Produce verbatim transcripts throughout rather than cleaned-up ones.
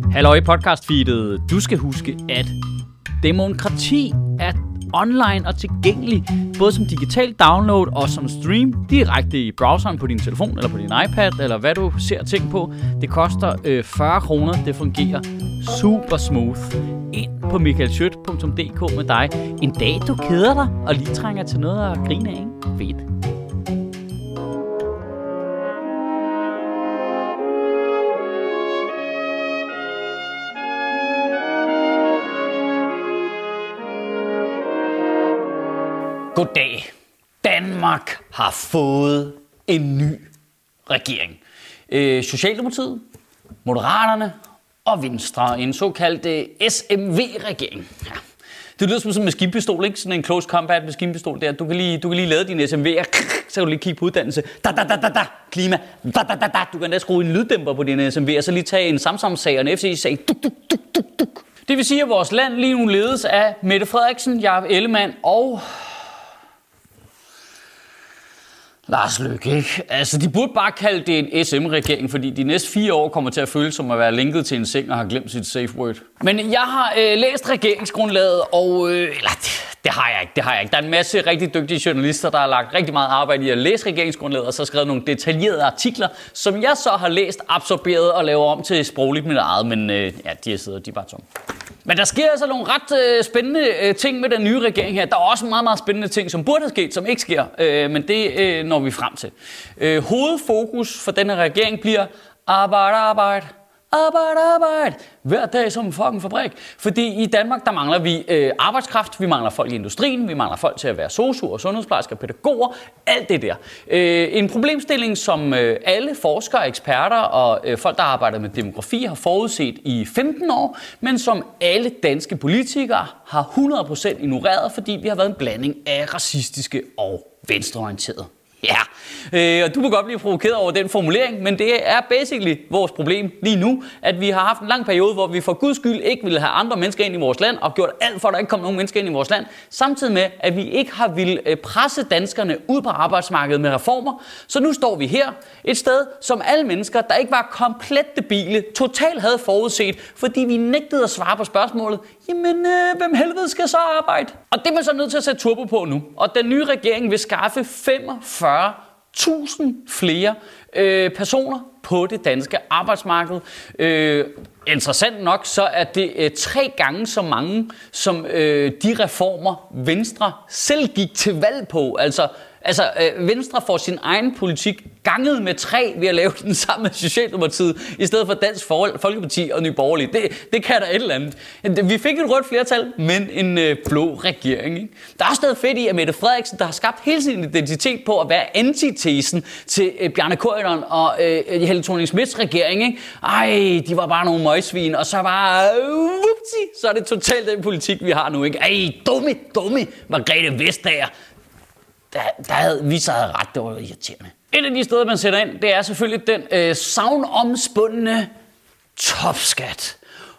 Halløj i podcastfeedet. Du skal huske, at demokrati er online og tilgængelig, både som digital download og som stream direkte i browseren på din telefon eller på din iPad, eller hvad du ser ting på. Det koster øh, fyrre kroner. Det fungerer super smooth. Ind på michael schødt punktum d k med dig. En dag du keder dig og lige trænger til noget at grine af, ikke? Fedt. Goddag. Danmark har fået en ny regering. Øh, Socialdemokratiet, Moderaterne og Venstre. En såkaldt øh, S M V-regering. Ja. Det lyder som sådan en maskinpistol, ikke? Sådan en close combat maskinpistol der. Du kan lige, du kan lige lade dine S M V'er, så kan du lige kigge på uddannelse. Da, da, da, da, da. Klima. Da, da, da, da. Du kan da skrue en lyddæmper på dine S M V'er, så lige tage en Samsung-sag og en F C I-sag. Duk, duk, duk, duk, duk. Det vil sige, at vores land lige nu ledes af Mette Frederiksen, Jakob Ellemann og Lars Løkke, ikke? Altså, de burde bare kalde det en S M-regering, fordi de næste fire år kommer til at føles som at være linket til en seng og har glemt sit safe word. Men jeg har øh, læst regeringsgrundlaget, og øh, eller det, det har jeg ikke, det har jeg ikke. Der er en masse rigtig dygtige journalister, der har lagt rigtig meget arbejde i at læse regeringsgrundlaget, og så skrevet nogle detaljerede artikler, som jeg så har læst, absorberet og lavet om til sprogligt mit eget, men øh, ja, de her sider, de er bare tomme. Men der sker altså nogle ret øh, spændende øh, ting med den nye regering her. Der er også meget, meget spændende ting, som burde have sket, som ikke sker. Øh, men det øh, når vi frem til. Øh, hovedfokus for denne regering bliver arbejde, arbejde, arbejde, arbejde. Hver dag som en fucking fabrik. Fordi i Danmark, der mangler vi øh, arbejdskraft. Vi mangler folk i industrien. Vi mangler folk til at være sosuer, sundhedsplejersker, pædagoger. Alt det der. Øh, en problemstilling, som øh, alle forskere, eksperter og øh, folk, der arbejder med demografi, har forudset i femten år. Men som alle danske politikere har hundrede procent ignoreret, fordi vi har været en blanding af racistiske og venstreorienterede. Ja, øh, og du må godt blive provokeret over den formulering, men det er basically vores problem lige nu, at vi har haft en lang periode, hvor vi for guds skyld ikke ville have andre mennesker ind i vores land, og gjort alt for, at der ikke kom nogen mennesker ind i vores land, samtidig med, at vi ikke har ville presse danskerne ud på arbejdsmarkedet med reformer. Så nu står vi her, et sted, som alle mennesker, der ikke var komplet debile, totalt havde forudset, fordi vi nægtede at svare på spørgsmålet, jamen, øh, hvem helvede skal så arbejde? Og det er man så nødt til at sætte turbo på nu. Og den nye regering vil skaffe femogfyrre tusind flere øh, personer på det danske arbejdsmarked. Øh, interessant nok, så er det øh, tre gange så mange, som øh, de reformer, Venstre selv gik til valg på. Altså, altså øh, Venstre får sin egen politik ganget med tre ved at lave den sammen med Socialdemokratiet, i stedet for Dansk Folkeparti og Nye Borgerlige. Det, det kan der et eller andet. Vi fik et rødt flertal, men en øh, blå regering. Ikke? Der er også noget fedt i, at Mette Frederiksen, der har skabt hele sin identitet på at være antitesen til øh, Bjarne Corydon og øh, Helle Thorning-Schmidts regering. Ikke? Ej, de var bare nogle møgsvin, og så var øh, whoopsie, så er det totalt den politik, vi har nu. Ikke? Ej, dumme, dumme Margrethe Vestager. Der, der havde vi så havde ret, det var irriterende. Et af de steder, man sætter ind, det er selvfølgelig den øh, savnomspundne topskat.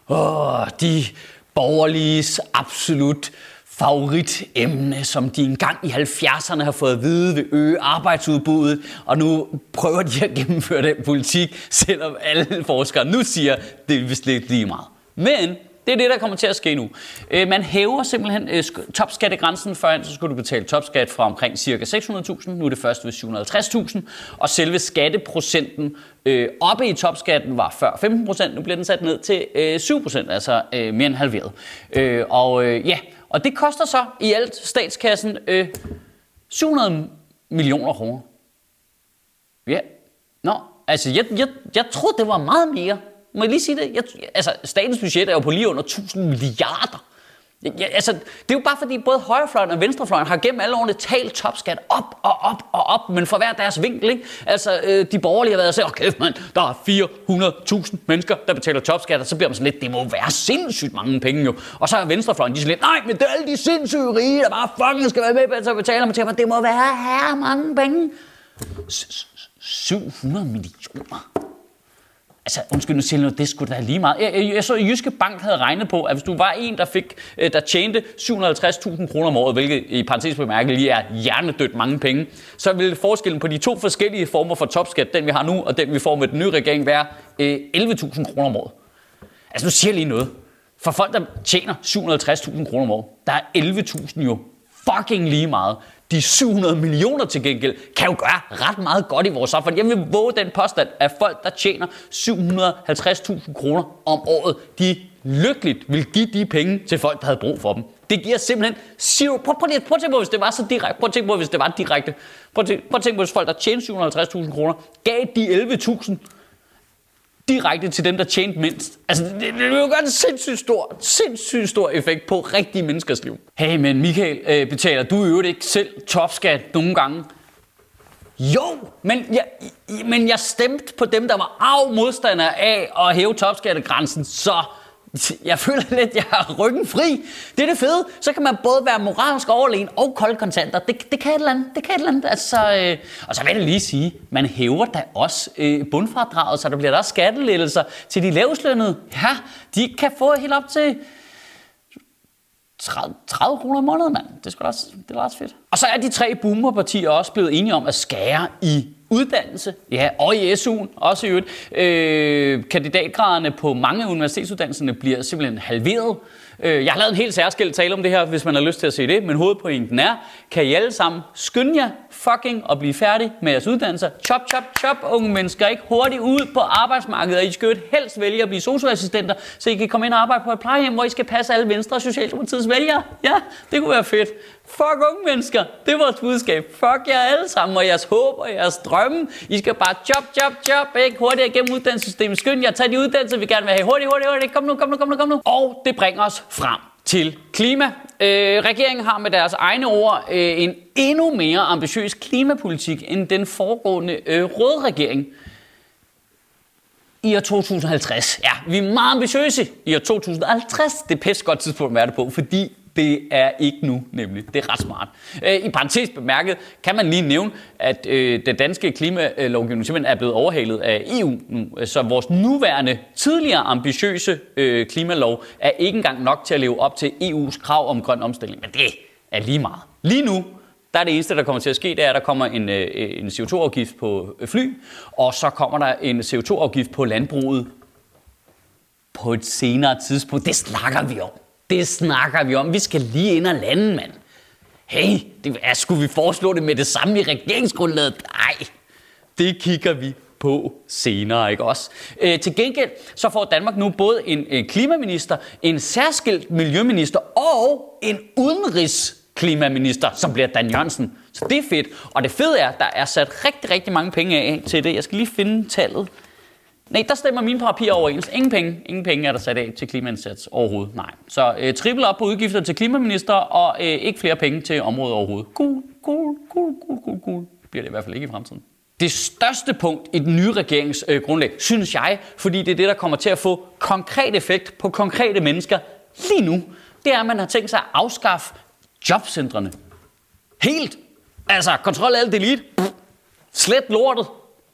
Åh, de borgerliges absolut favoritemne, som de engang i halvfjerdserne har fået at vide vil øge arbejdsudbuddet, og nu prøver de at gennemføre den politik, selvom alle forskere nu siger, det er vist lidt lige meget. Men det er det, der kommer til at ske nu. Man hæver simpelthen topskattegrænsen. Førhen så skulle du betale topskat fra omkring ca. seks hundrede tusind. Nu er det først ved syv hundrede og halvtreds tusind. Og selve skatteprocenten øh, oppe i topskatten var før femten procent. Nu bliver den sat ned til øh, syv procent, altså øh, mere end halveret. Øh, og øh, ja, og det koster så i alt statskassen øh, syv hundrede millioner kroner. Ja, nå, altså jeg, jeg, jeg troede, det var meget mere. Må jeg lige sige det? Jeg, altså, statens budget er jo på lige under tusind milliarder. Jeg, altså, det er jo bare fordi både højrefløjen og venstrefløjen har gennem alle årene talt topskat op og op og op, men for hver deres vinkel, ikke? Altså, øh, de borgerlige har været og sagt, åh kæft mand, der er fire hundrede tusind mennesker, der betaler topskat, og så bliver man sådan lidt, det må være sindssygt mange penge jo. Og så er venstrefløjen, de er sådan lidt, nej, men det er alle de sindssyge rige, der bare fucking skal være med på at betale, og tænker, det må være her mange penge. syv hundrede millioner. Altså, undskyld, nu siger jeg, det skulle da lige meget. Jeg, jeg, jeg så, at Jyske Bank havde regnet på, at hvis du var en, der fik, der tjente syv hundrede og halvtreds tusind kroner om året, hvilket i parentes bemærket lige er hjernedødt mange penge, så ville forskellen på de to forskellige former for topskat, den vi har nu, og den vi får med den nye regering, være øh, elleve tusind kroner om året. Altså nu siger jeg lige noget. For folk, der tjener syv hundrede og halvtreds tusind kroner om året, der er elleve tusind jo fucking lige meget. De syv hundrede millioner til gengæld kan jo gøre ret meget godt i vores samfund. Jeg vil våge den påstand, at folk, der tjener syv hundrede og halvtreds tusind kroner om året, de lykkeligt vil give de penge til folk, der havde brug for dem. Det giver simpelthen zero. Prøv, prøv, prøv, prøv at tænke på, hvis det var så direkte. Prøv at tænke på, hvis det var direkte. Prøv at tænke, prøv at tænke på, hvis folk, der tjener syv hundrede og halvtreds tusind kroner, gav de elleve tusind direkte til dem, der tjente mindst. Altså, det, det vil jo gøre en sindssygt stor, sindssygt stor effekt på rigtige menneskers liv. Hey, men Michael, øh, betaler du i øvrigt ikke selv topskat nogle gange? Jo, men jeg, men jeg stemte på dem, der var arg modstandere af at hæve topskattegrænsen, så jeg føler lidt, at jeg har ryggen fri. Det er det fede. Så kan man både være moralsk overlegen og kolde kontanter. Det, det kan et eller andet. Det kan et eller andet. Altså, øh, og så vil jeg lige sige, man hæver da også øh, bundfradraget, så der bliver der også skattelettelser til de lavslønnede. Ja, de kan få helt op til tredive kroner om måneden, mand. Det er sgu da også, det er også fedt. Og så er de tre boomerpartier også blevet enige om at skære i uddannelse, ja, og i S U'en også i øvrigt. Øh, kandidatgraderne på mange af universitetsuddannelserne bliver simpelthen halveret. Øh, jeg har lavet en helt særskilt tale om det her, hvis man har lyst til at se det, men hovedpointen er, kan I alle sammen skynde jer fucking at blive færdige med jeres uddannelser. Chop, chop, chop, unge mennesker, ikke hurtigt ud på arbejdsmarkedet, og I skal helst vælge at blive sosu-assistenter, så I kan komme ind og arbejde på et plejehjem, hvor I skal passe alle Venstre og Socialdemokratiets vælgere. Ja, det kunne være fedt. Fuck unge mennesker, det er vores budskab. Fuck jer alle sammen, og jeres håb og jeres drømme. I skal bare chop, chop, chop, ikke hurtigt igennem uddannelsessystemet. Skynd jer, tag de uddannelser, vi gerne vil have. Hurtigt, hurtigt, hurtigt. Kom nu, kom nu, kom nu, kom nu. Og det bringer os frem til klima. Øh, regeringen har med deres egne ord øh, en endnu mere ambitiøs klimapolitik end den foregående øh, røde regering. I år to tusind og halvtreds. Ja, vi er meget ambitiøse i år to tusind og halvtreds. Det er pisse godt tidspunkt at være det på, fordi det er ikke nu, nemlig. Det er ret smart. I parentes bemærket kan man lige nævne, at øh, den danske klimalovgivning simpelthen er blevet overhalet af E U nu. Så vores nuværende, tidligere ambitiøse øh, klimalov er ikke engang nok til at leve op til E U's krav om grøn omstilling. Men det er lige meget. Lige nu, der er det eneste, der kommer til at ske, det er, at der kommer en, øh, en C O to afgift på fly, og så kommer der en C O to afgift på landbruget på et senere tidspunkt. Det snakker vi om. Det snakker vi om. Vi skal lige ind og lande, mand. Hey, det er, skulle vi foreslå det med det samme i regeringsgrundlaget? Nej, det kigger vi på senere, ikke også? Øh, til gengæld så får Danmark nu både en, en klimaminister, en særskilt miljøminister og en udenrigsklimaminister, som bliver Dan Jørgensen. Så det er fedt. Og det fede er, at der er sat rigtig, rigtig mange penge af til det. Jeg skal lige finde tallet. Nej, der stemmer mine papirer overens. Ingen penge. Ingen penge er der sat af til klimaindsats overhovedet. Nej. Så øh, trippel op på udgifter til klimaminister, og øh, ikke flere penge til området overhovedet. Cool, cool, cool, cool, cool, cool. Bliver det i hvert fald ikke i fremtiden. Det største punkt i den nye regeringsgrundlag, øh, synes jeg, fordi det er det, der kommer til at få konkret effekt på konkrete mennesker lige nu, det er, at man har tænkt sig at afskaffe jobcentrene. Helt. Altså, kontrol alt delete. Slet lortet.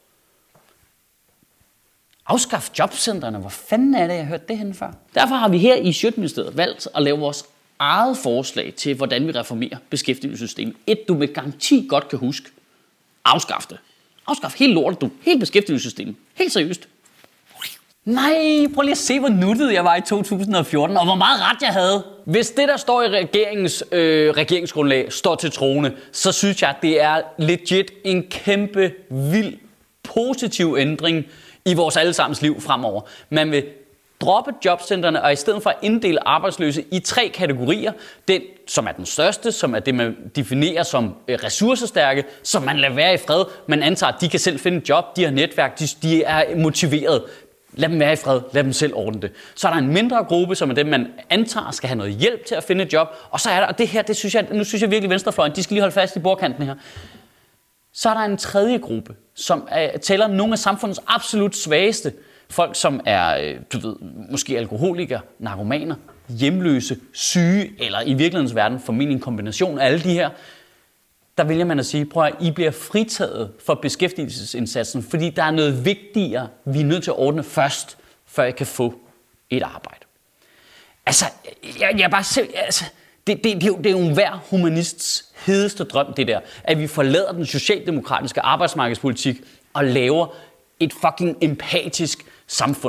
Afskaffe jobcentrene. Hvor fanden er det, jeg har hørt det henne før? Derfor har vi her i Sjøtministeriet valgt at lave vores eget forslag til, hvordan vi reformerer beskæftigelsessystemet. Et, du med garanti godt kan huske. Afskaf det. Afskaf helt lortet, du. Helt beskæftigelsessystemet. Helt seriøst. Nej, prøv lige at se, hvor nuttet jeg var i to tusind og fjorten, og hvor meget ret jeg havde. Hvis det, der står i regeringens øh, regeringsgrundlag, står til troende, så synes jeg, at det er legit en kæmpe, vild, positiv ændring i vores allesammens liv fremover. Man vil droppe jobcentrene og i stedet for at inddele arbejdsløse i tre kategorier. Den, som er den største, som er det, man definerer som ressourcestærke, som man lader være i fred. Man antager, at de kan selv finde et job, de har netværk, de, de er motiveret. Lad dem være i fred, lad dem selv ordne det. Så er der en mindre gruppe, som er dem, man antager skal have noget hjælp til at finde et job. Og så er der, og det her, det synes jeg, nu synes jeg virkelig venstrefløjen, de skal lige holde fast i bordkanten her. Så er der en tredje gruppe, som er, tæller nogle af samfundets absolut svageste. Folk, som er, du ved, måske alkoholikere, narkomaner, hjemløse, syge, eller i virkelighedens verden formentlig en kombination af alle de her. Der vælger man at sige, prøv at I bliver fritaget for beskæftigelsesindsatsen, fordi der er noget vigtigere, vi er nødt til at ordne først, før I kan få et arbejde. Altså, jeg, jeg bare selv, altså, det, det, det, er jo, det er jo enhver humanists hedeste drøm, det der, at vi forlader den socialdemokratiske arbejdsmarkedspolitik og laver et fucking empatisk samfund.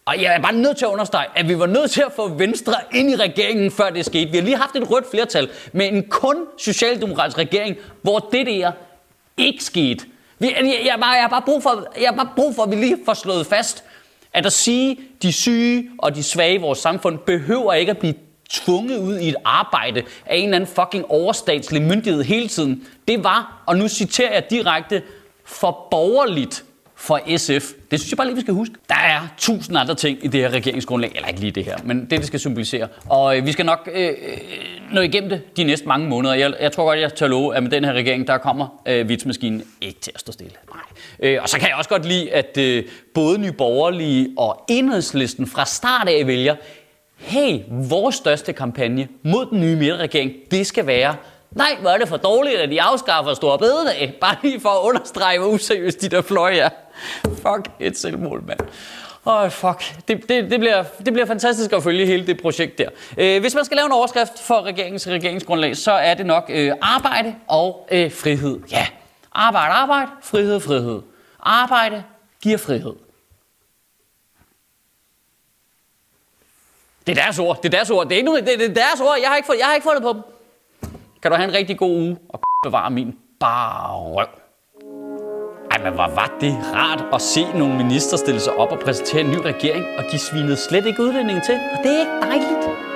Og jeg er bare nødt til at understrege, at vi var nødt til at få Venstre ind i regeringen, før det skete. Vi har lige haft et rødt flertal med en kun socialdemokratisk regering, hvor det der ikke skete. Vi, jeg, jeg, bare, jeg, har bare brug for, jeg har bare brug for, at vi lige får slået fast, at at sige, de syge og de svage i vores samfund behøver ikke at blive tvunget ud i et arbejde af en eller anden fucking overstatslig myndighed hele tiden. Det var, og nu citerer jeg direkte, for borgerligt for S F. Det synes jeg bare lige, vi skal huske. Der er tusind andre ting i det her regeringsgrundlag, eller ikke lige det her, men det, det skal symbolisere. Og øh, vi skal nok øh, nå igennem det de næste mange måneder. Jeg, jeg tror godt, jeg tør love, at med den her regering, der kommer øh, vitsmaskinen ikke til at stå stille. Nej. Øh, og så kan jeg også godt lide, at øh, både Nye Borgerlige og Enhedslisten fra start af vælger, hey, vores største kampagne mod den nye midterregering, det skal være, nej, hvor er det for dårligt, at de afskaffer store bededag. Bare lige for at understrege, hvor useriøst de der fløje er. Fuck, et selvmål, mand. Åh, oh, fuck. Det, det, det, bliver, det bliver fantastisk at følge hele det projekt der. Øh, hvis man skal lave en overskrift for regeringens regeringsgrundlag, så er det nok øh, arbejde og øh, frihed. Ja, arbejde, arbejde, frihed, frihed. Arbejde giver frihed. Det er deres ord. Det er deres ord. Det er, ikke nogen, det, det er deres ord. Jeg har ikke, jeg har ikke fundet på dem. Kan du have en rigtig god uge og bevare min bare røv. Ej, men hvor var det rart at se nogle minister stille sig op og præsentere en ny regering, og de svinede slet ikke udlændingen til. Og det er ikke dejligt.